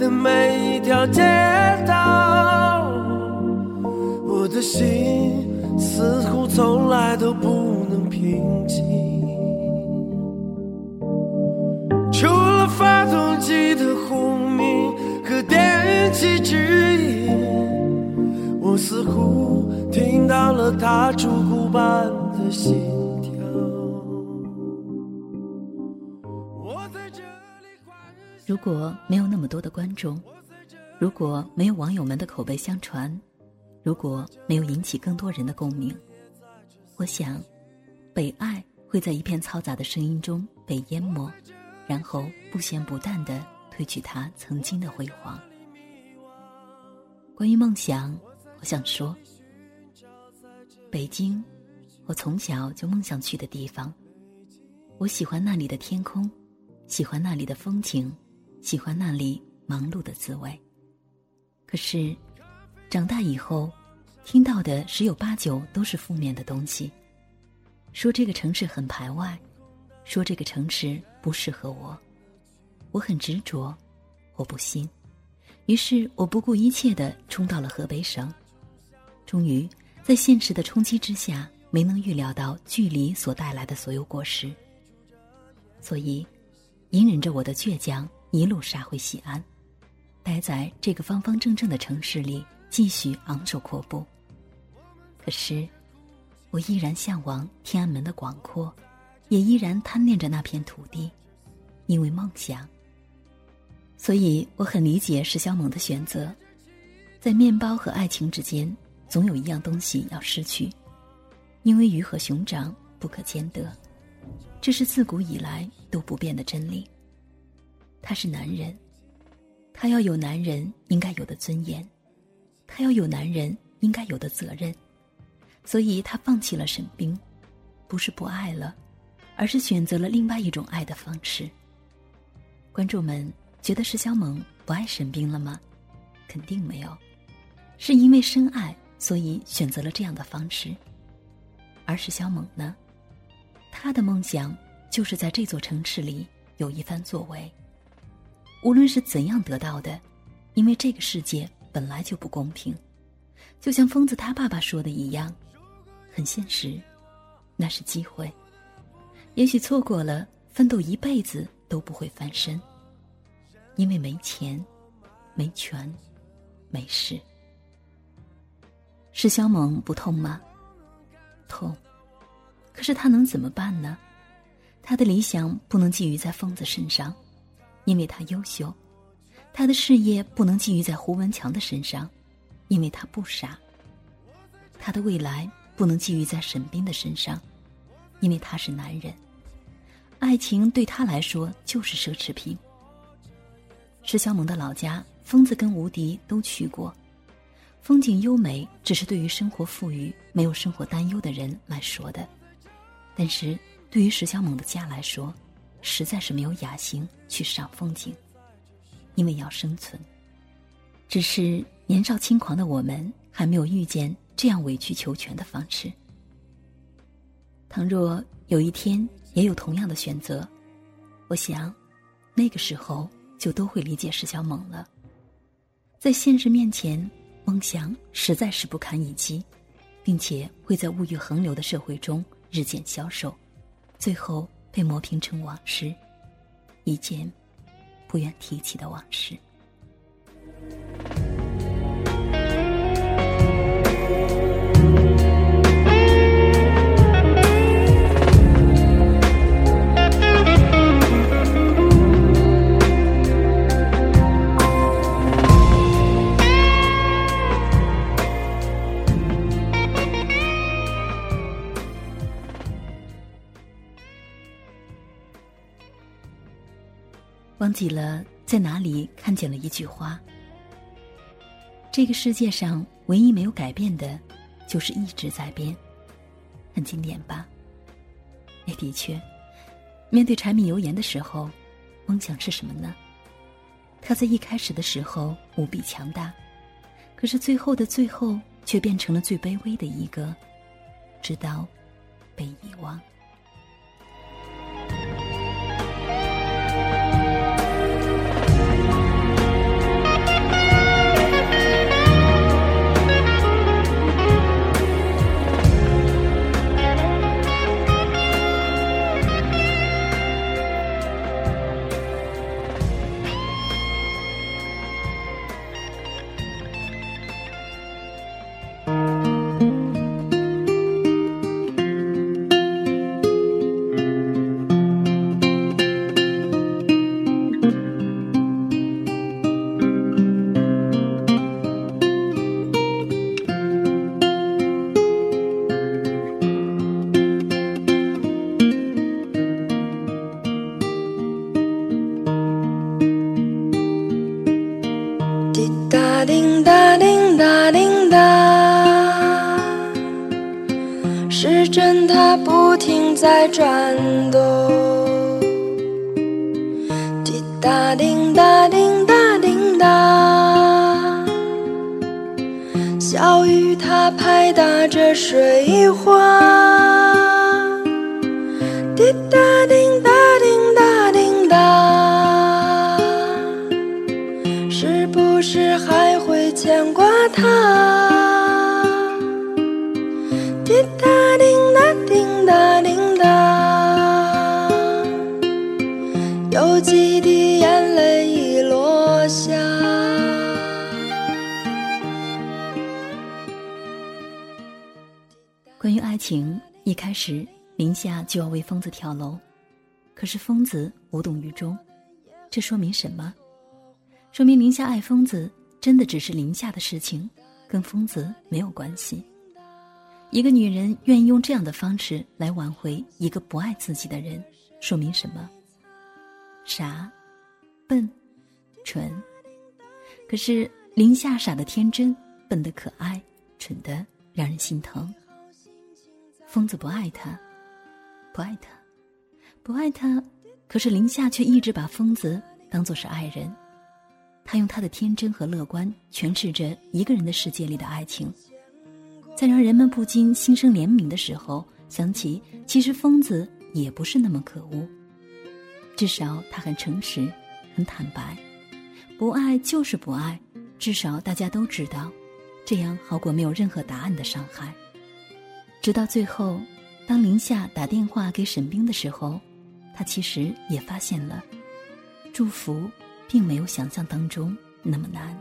的每一条街道，我的心似乎从来都不能平静。除了发动机的轰鸣和电气指引，我似乎听到了它烛骨般的心跳。 如果没有那么多的观众，如果没有网友们的口碑相传，如果没有引起更多人的共鸣，我想北爱会在一片嘈杂的声音中被淹没，然后不咸不淡地褪去它曾经的辉煌。关于梦想，我想说，北京，我从小就梦想去的地方。我喜欢那里的天空，喜欢那里的风景，喜欢那里忙碌的滋味。可是长大以后听到的十有八九都是负面的东西，说这个城市很排外，说这个城市不适合我。我很执着，我不信，于是我不顾一切地冲到了河北省。终于在现实的冲击之下，没能预料到距离所带来的所有果实，所以隐忍着我的倔强，一路杀回西安，待在这个方方正正的城市里，继续昂首阔步。可是我依然向往天安门的广阔，也依然贪恋着那片土地，因为梦想。所以我很理解石小猛的选择，在面包和爱情之间，总有一样东西要失去，因为鱼和熊掌不可兼得，这是自古以来都不变的真理。他是男人，他要有男人应该有的尊严，他要有男人应该有的责任，所以他放弃了沈冰，不是不爱了，而是选择了另外一种爱的方式。观众们觉得石小猛不爱沈冰了吗？肯定没有，是因为深爱，所以选择了这样的方式。而石小猛呢，他的梦想就是在这座城市里有一番作为，无论是怎样得到的，因为这个世界本来就不公平，就像疯子他爸爸说的一样，很现实，那是机会，也许错过了，奋斗一辈子都不会翻身，因为没钱，没权，没势。石小猛不痛吗？痛，可是他能怎么办呢？他的理想不能寄予在疯子身上，因为他优秀；他的事业不能寄予在胡文强的身上，因为他不傻；他的未来不能寄予在沈冰的身上，因为他是男人。爱情对他来说就是奢侈品。石小猛的老家，疯子跟吴迪都去过，风景优美只是对于生活富裕没有生活担忧的人来说的，但是对于石小猛的家来说，实在是没有雅兴去赏风景，因为要生存。只是年少轻狂的我们还没有遇见这样委曲求全的方式。倘若有一天也有同样的选择，我想那个时候就都会理解石小猛了。在现实面前，梦想实在是不堪一击，并且会在物欲横流的社会中日渐消瘦，最后被磨平成往事，一件不愿提起的往事。忘记了在哪里看见了一句话，这个世界上唯一没有改变的就是一直在变，很经典吧？也的确，面对柴米油盐的时候，梦想是什么呢？它在一开始的时候无比强大，可是最后的最后却变成了最卑微的一个，直到被遗忘。 它不停在转动，滴答叮答叮答叮答，小雨它拍打着水花，滴答叮答叮答叮答，是不是还会牵挂它？滴答叮答叮答叮答，有几滴眼泪已落下。 关于爱情，一开始林夏就要为疯子跳楼，可是疯子无动于衷。这说明什么？说明林夏爱疯子真的只是林夏的事情，跟疯子没有关系。一个女人愿意用这样的方式来挽回一个不爱自己的人，说明什么？傻、笨、蠢。可是林夏傻得天真，笨得可爱，蠢得让人心疼。疯子不爱他，不爱他，不爱他，可是林夏却一直把疯子当作是爱人。他用他的天真和乐观诠释着一个人的世界里的爱情，在让人们不禁心生怜悯的时候，想起其实疯子也不是那么可恶，至少他很诚实，很坦白。不爱就是不爱，至少大家都知道，这样好过没有任何答案的伤害。直到最后，当林夏打电话给沈冰的时候，他其实也发现了，祝福并没有想象当中那么难。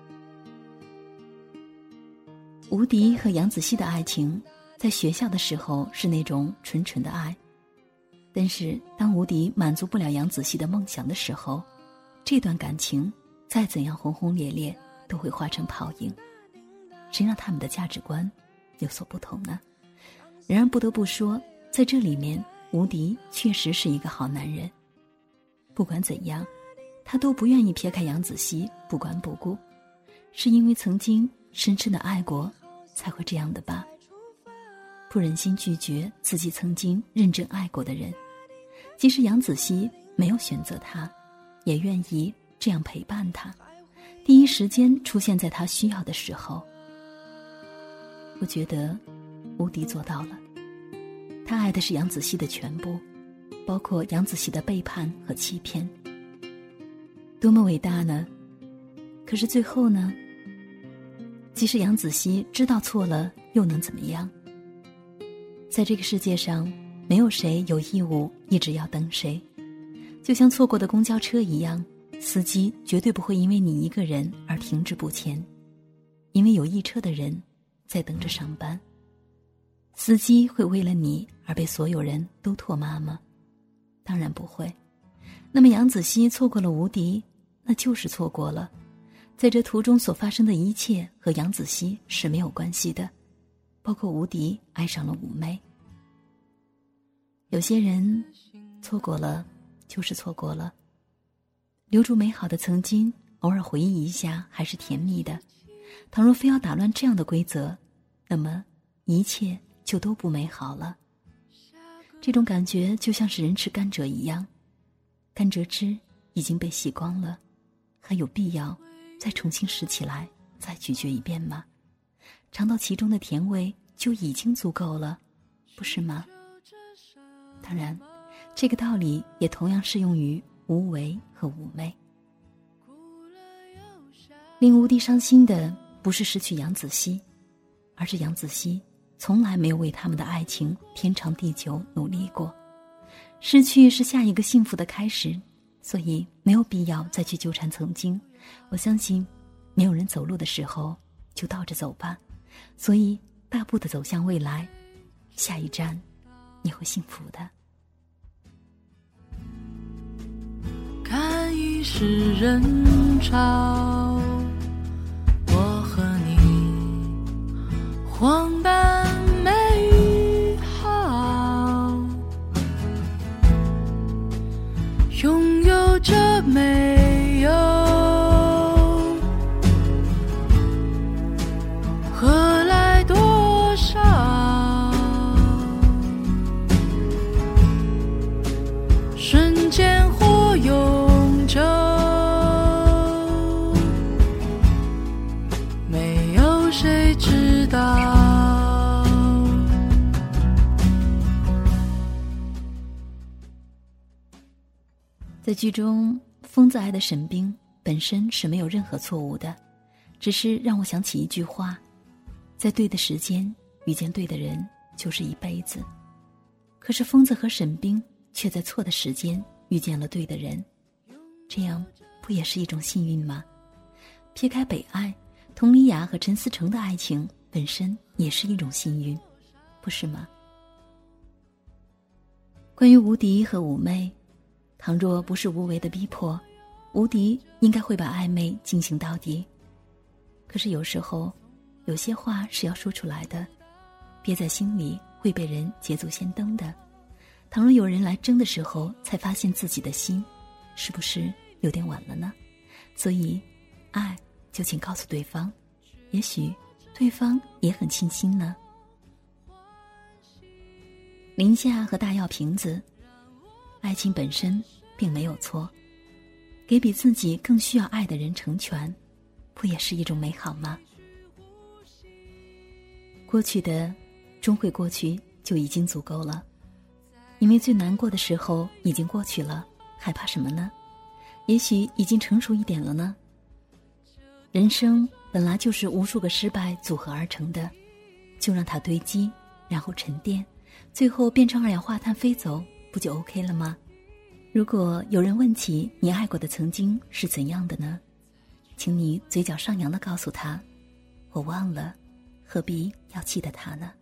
吴迪和杨子熙的爱情，在学校的时候是那种纯纯的爱，但是当吴迪满足不了杨子熙的梦想的时候，这段感情再怎样轰轰烈烈，都会化成泡影。谁让他们的价值观有所不同呢？然而不得不说，在这里面，吴迪确实是一个好男人。不管怎样，他都不愿意撇开杨子熙不管不顾，是因为曾经深深的爱过，才会这样的吧。不忍心拒绝自己曾经认真爱过的人，即使杨子熙没有选择他，也愿意这样陪伴他，第一时间出现在他需要的时候。我觉得吴迪做到了，他爱的是杨子熙的全部，包括杨子熙的背叛和欺骗。多么伟大呢？可是最后呢？即使杨子熙知道错了，又能怎么样？在这个世界上，没有谁有义务一直要等谁。就像错过的公交车一样，司机绝对不会因为你一个人而停滞不前，因为有一车的人在等着上班。司机会为了你而被所有人都唾骂吗？当然不会。那么杨子熙错过了吴迪，那就是错过了。在这途中所发生的一切和杨子熙是没有关系的，包括吴迪爱上了妩媚。有些人错过了就是错过了，留住美好的曾经，偶尔回忆一下还是甜蜜的。倘若非要打乱这样的规则，那么一切就都不美好了。这种感觉就像是人吃甘蔗一样，甘蔗汁已经被洗光了，还有必要再重新拾起来再咀嚼一遍吗？尝到其中的甜味就已经足够了，不是吗？当然，这个道理也同样适用于无为和妩媚。令吴迪伤心的不是失去杨子熙，而是杨子熙从来没有为他们的爱情天长地久努力过。失去是下一个幸福的开始，所以没有必要再去纠缠曾经。我相信没有人走路的时候就倒着走吧，所以大步地走向未来，下一站你会幸福的。 看一世人潮，我和你荒诞美好，拥有着没有，何来多少？ 在剧中，疯子爱的沈冰本身是没有任何错误的，只是让我想起一句话：在对的时间遇见对的人，就是一辈子。可是疯子和沈冰却在错的时间遇见了对的人，这样不也是一种幸运吗？撇开北爱，佟丽娅和陈思诚的爱情本身也是一种幸运，不是吗？关于吴迪和妩媚，倘若不是无为的逼迫，吴迪应该会把暧昧进行到底。可是有时候，有些话是要说出来的，憋在心里会被人捷足先登的。倘若有人来争的时候才发现自己的心，是不是有点晚了呢？所以爱就请告诉对方，也许对方也很倾心呢。林夏和大药瓶子，爱情本身并没有错，给比自己更需要爱的人成全，不也是一种美好吗？过去的终会过去，就已经足够了。因为最难过的时候已经过去了，害怕什么呢？也许已经成熟一点了呢。人生本来就是无数个失败组合而成的，就让它堆积，然后沉淀，最后变成二氧化碳飞走，不就 OK 了吗？如果有人问起你爱过的曾经是怎样的呢？请你嘴角上扬地告诉他，我忘了，何必要记得他呢？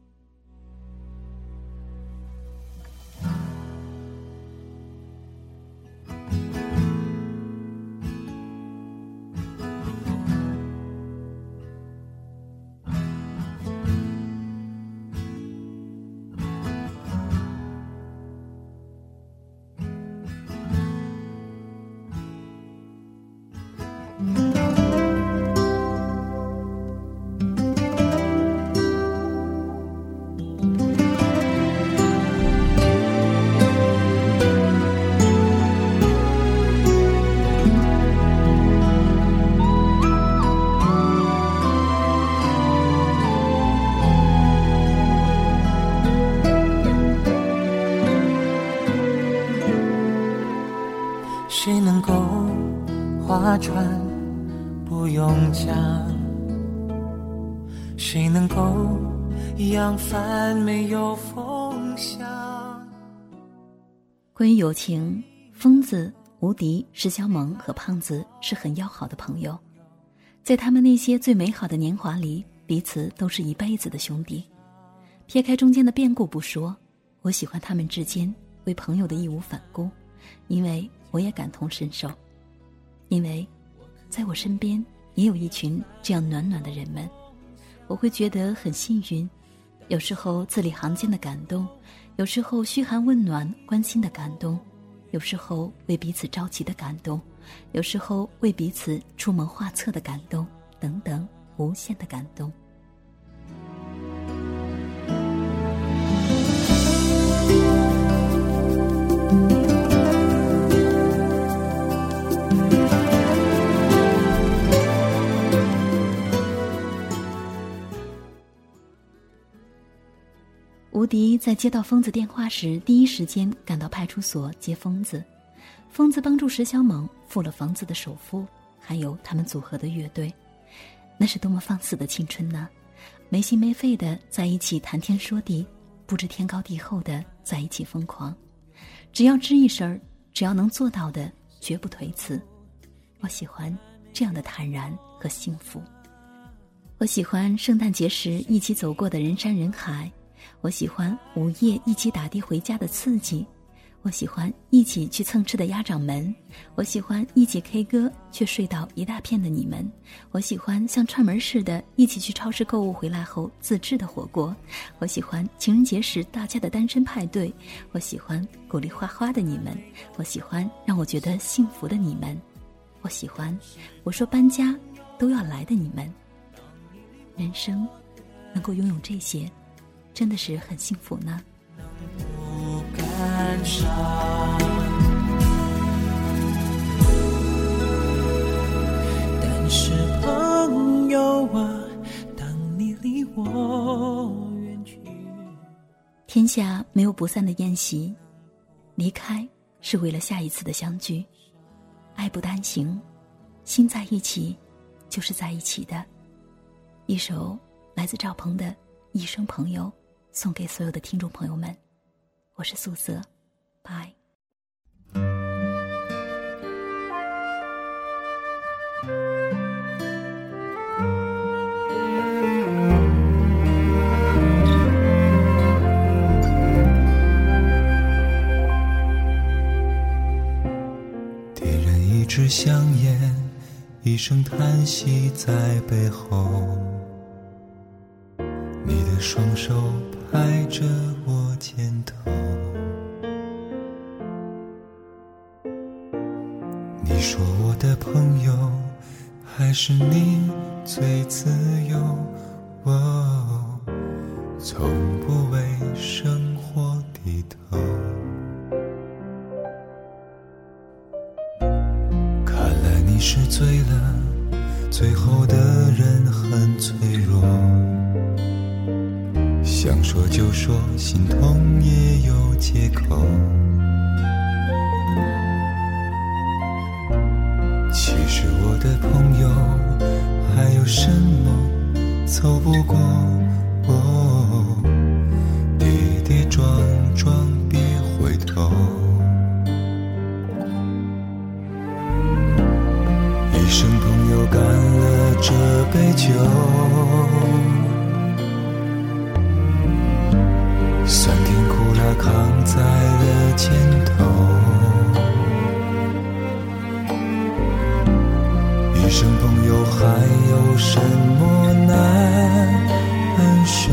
谁能够划船不用桨？谁能够扬帆没有风向？ 关于友情，疯子、吴迪、石小萌和胖子是很要好的朋友，在他们那些最美好的年华里，彼此都是一辈子的兄弟。撇开中间的变故不说，我喜欢他们之间为朋友的义无反顾，因为我也感同身受，因为在我身边也有一群这样暖暖的人们，我会觉得很幸运。有时候字里行间的感动，有时候嘘寒问暖关心的感动，有时候为彼此着急的感动，有时候为彼此出谋划策的感动，等等无限的感动。吴迪在接到疯子电话时，第一时间赶到派出所接疯子。疯子帮助石小萌付了房子的首付，还有他们组合的乐队。那是多么放肆的青春呢！没心没肺的在一起谈天说地，不知天高地厚的在一起疯狂。只要吱一声，只要能做到的，绝不推辞。我喜欢这样的坦然和幸福。我喜欢圣诞节时一起走过的人山人海，我喜欢午夜一起打的回家的刺激，我喜欢一起去蹭吃的鸭掌门，我喜欢一起 K 歌却睡到一大片的你们，我喜欢像串门似的一起去超市购物回来后自制的火锅，我喜欢情人节时大家的单身派对，我喜欢鼓励花花的你们，我喜欢让我觉得幸福的你们，我喜欢我说搬家都要来的你们。人生能够拥有这些，真的是很幸福呢。 不感伤，但是朋友啊，当你离我远去， 天下没有不散的宴席，离开是为了下一次的相聚。爱不单行，心在一起就是在一起的。一首来自赵鹏的《一生朋友》，送给所有的听众朋友们。我是素色，拜。 一支香烟，一声叹息在背后，你的双手拍着我肩头，你说我的朋友还是你最自由，从不为生活低头。你是醉了，最后的人很脆弱，想说就说，心痛也有借口。其实我的朋友还有什么走不过，跌跌撞撞别回头。一生朋友干了这杯酒，酸甜苦辣扛在了肩头。一生朋友还有什么难受？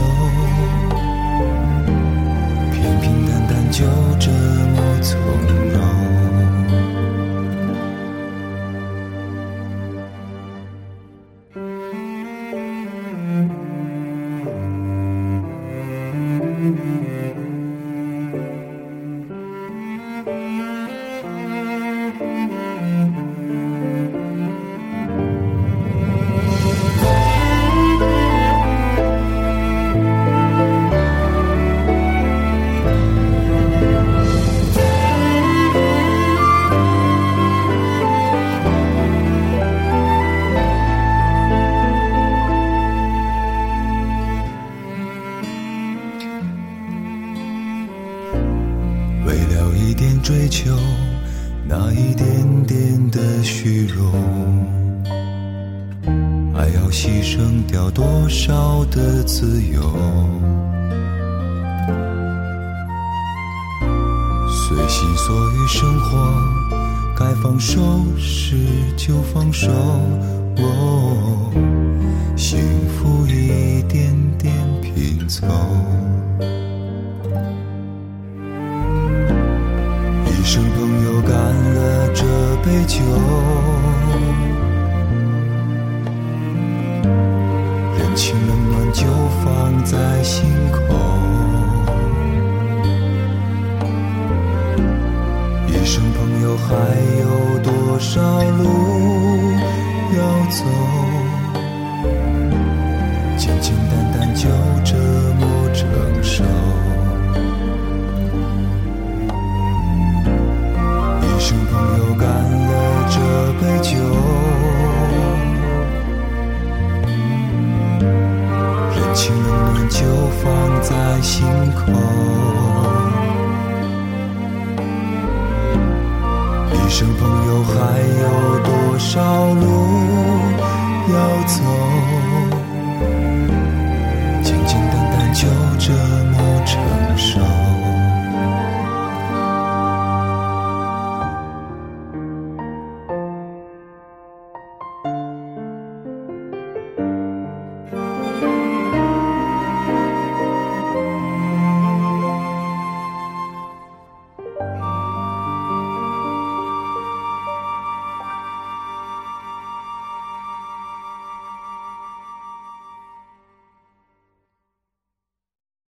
平平淡淡就这么从容。为了一点追求，那一点点的虚荣，还要牺牲掉多少的自由？随心所欲生活，该放手时就放手，幸福一点点拼凑。一生朋友干了这杯酒，人情冷暖就放在心口。一生朋友还有多少路要走？简简单单就这么承受。一生朋友干了这杯酒，人情冷暖就放在心口。